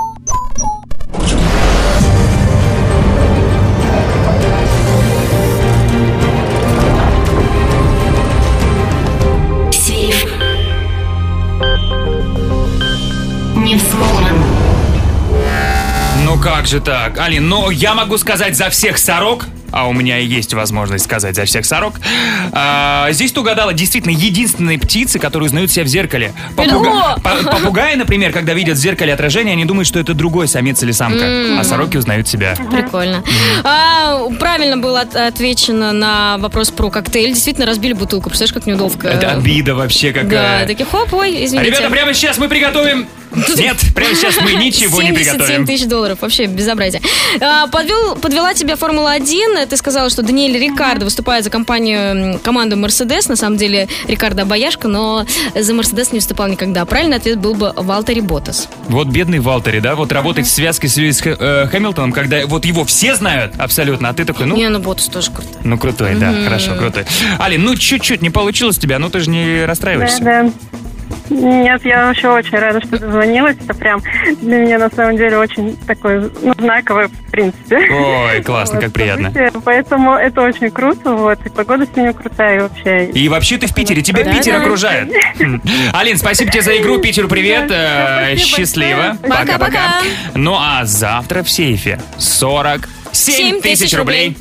Сейф не взломан. Ну как же так? Алин, ну я могу сказать за всех сорок, а у меня есть возможность сказать за всех сорок, а, здесь ты угадала действительно единственные птицы, которые узнают себя в зеркале. Попуга... Попугаи, например, когда видят в зеркале отражение, они думают, что это другой самец или самка, mm-hmm. а сороки узнают себя. Прикольно. А, правильно было от- отвечено на вопрос про коктейль. Действительно, разбили бутылку. Представляешь, как неудобно. Это обида вообще какая. Да, такие хоп, ой, извините. Ребята, прямо сейчас мы приготовим... Нет, прямо сейчас мы ничего не приготовим. семьдесят семь тысяч долларов, вообще безобразие. А, подвел, подвела тебя Формула один. Ты сказала, что Даниэль Риккардо выступает за компанию, команду Мерседес. На самом деле Риккардо обаяшка, но за Мерседес не выступал никогда. Правильный ответ был бы Валтери Боттас. Вот бедный Валтери, да, вот работает в связке с Льюис э, Хэмилтоном, когда вот его все знают абсолютно, а ты такой, ну... Не, ну Боттас тоже крутой. Ну, крутой, да, mm-hmm. хорошо, крутой. Алин, ну чуть-чуть не получилось у тебя, ну ты же не расстраиваешься. Да, да. Нет, я вообще очень рада, что дозвонилась. Это прям для меня на самом деле очень такой, ну, знаковый, в принципе. Ой, классно, вот, как приятно. Поэтому это очень круто, вот, и погода сегодня крутая, и вообще. И вообще ты в Питере, тебя да, Питер да. окружает. Алин, спасибо тебе за игру, Питеру привет, счастливо. Пока-пока. Ну а завтра в сейфе сорок семь тысяч рублей.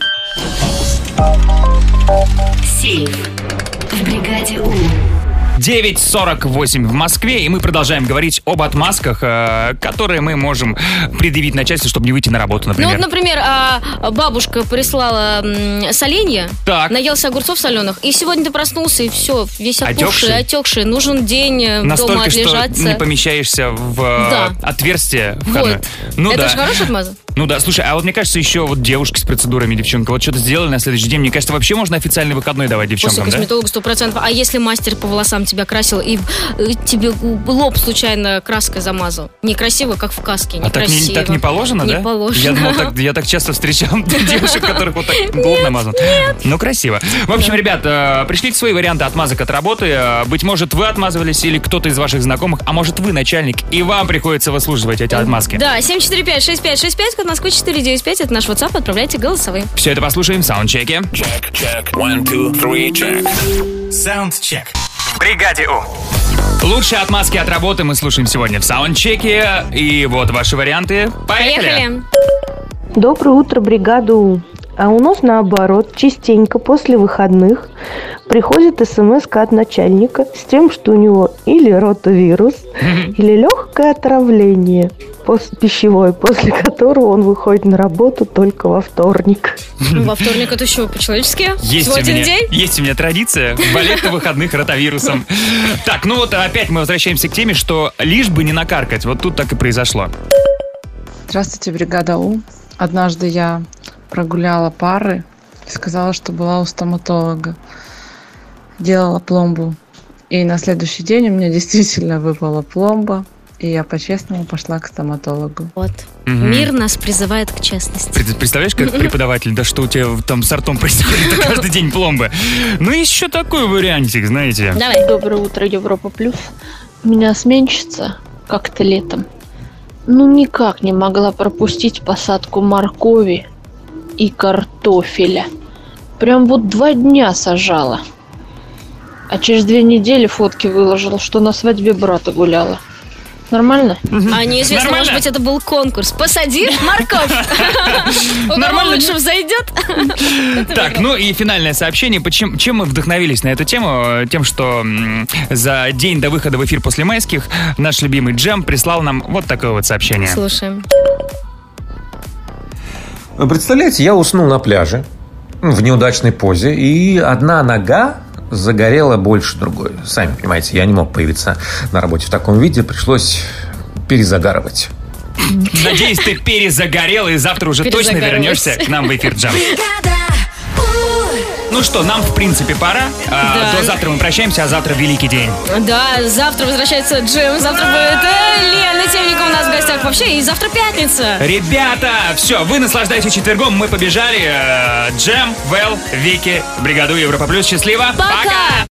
Сейф в бригаде У. девять сорок восемь в Москве, и мы продолжаем говорить об отмазках, э, которые мы можем предъявить начальству, чтобы не выйти на работу, например. Ну вот, например, бабушка прислала соленья, так. наелся огурцов соленых, и сегодня ты проснулся, и все, весь опухший, отекший. Нужен день настолько, дома отлежаться. Что не помещаешься в да. отверстие входное. Вот. Ну, это да. же хорошая отмаза. Ну да, слушай, а вот мне кажется, еще вот девушки с процедурами, девчонка, вот что-то сделали на следующий день, мне кажется, вообще можно официальный выходной давать девчонкам, после косметолога сто процентов. А если мастер по волосам тебя красил и тебе лоб случайно краской замазал? Некрасиво, как в каске, некрасиво. А так не, так не положено, не да? Не положено. Я думал, так, я так часто встречал девушек, которых вот так лоб намазан. Нет. Ну, красиво. В общем, ребят, пришлите свои варианты отмазок от работы. Быть может, вы отмазывались или кто-то из ваших знакомых, а может, вы начальник, и вам приходится выслуживать эти отмазки. Да, семь четыре пять шесть пять шесть пять, код Москвы четыре девять пять, это наш WhatsApp, отправляйте голосовые. Все это послушаем в саундчеке. Check, check, one, two, three, check. Саундчек в бригаде У. Лучшие отмазки от работы мы слушаем сегодня в саундчеке. И вот ваши варианты. Поехали! Поехали. Доброе утро, бригада У. А у нас наоборот, частенько после выходных приходит смс-ка от начальника с тем, что у него или ротавирус, или легкое отравление пищевое, после которого он выходит на работу только во вторник. Ну, во вторник это еще по-человечески. Есть у, меня, есть у меня традиция болеть на выходных ротавирусом. Так, ну вот опять мы возвращаемся к теме, что лишь бы не накаркать. Вот тут так и произошло. Здравствуйте, бригада У. Однажды я прогуляла пары и сказала, что была у стоматолога. Делала пломбу. И на следующий день у меня действительно выпала пломба. И я по-честному пошла к стоматологу. Вот. Угу. Мир нас призывает к честности. Представляешь, как преподаватель, да что у тебя там с ртом происходит каждый день пломбы. Ну, еще такой вариантик, знаете. Давай. Доброе утро, Европа Плюс. У меня сменщица как-то летом. Ну, никак не могла пропустить посадку моркови и картофеля. Прям вот два дня сажала. А через две недели фотки выложила, что на свадьбе брата гуляла. Нормально? А неизвестно, может быть, это был конкурс. Посади морковь. У кого лучше взойдет. Так, ну и финальное сообщение. Чем мы вдохновились на эту тему? Тем, что за день до выхода в эфир после майских наш любимый Джем прислал нам вот такое вот сообщение. Слушаем. Вы представляете, я уснул на пляже в неудачной позе, и одна нога загорела больше другой. Сами понимаете, я не мог появиться на работе в таком виде, пришлось перезагарывать. Надеюсь, ты перезагорел и завтра уже точно вернешься к нам в эфир, Джем. Ну что, нам в принципе пора. Да. До завтра мы прощаемся, а завтра великий день. Да, завтра возвращается Джем, завтра будет э, Лена Темникова у нас в гостях вообще, и завтра пятница. Ребята, все, вы наслаждайтесь четвергом, мы побежали. Джем, Вэл, Вики, бригаду Европа Плюс, счастливо. Пока! Пока!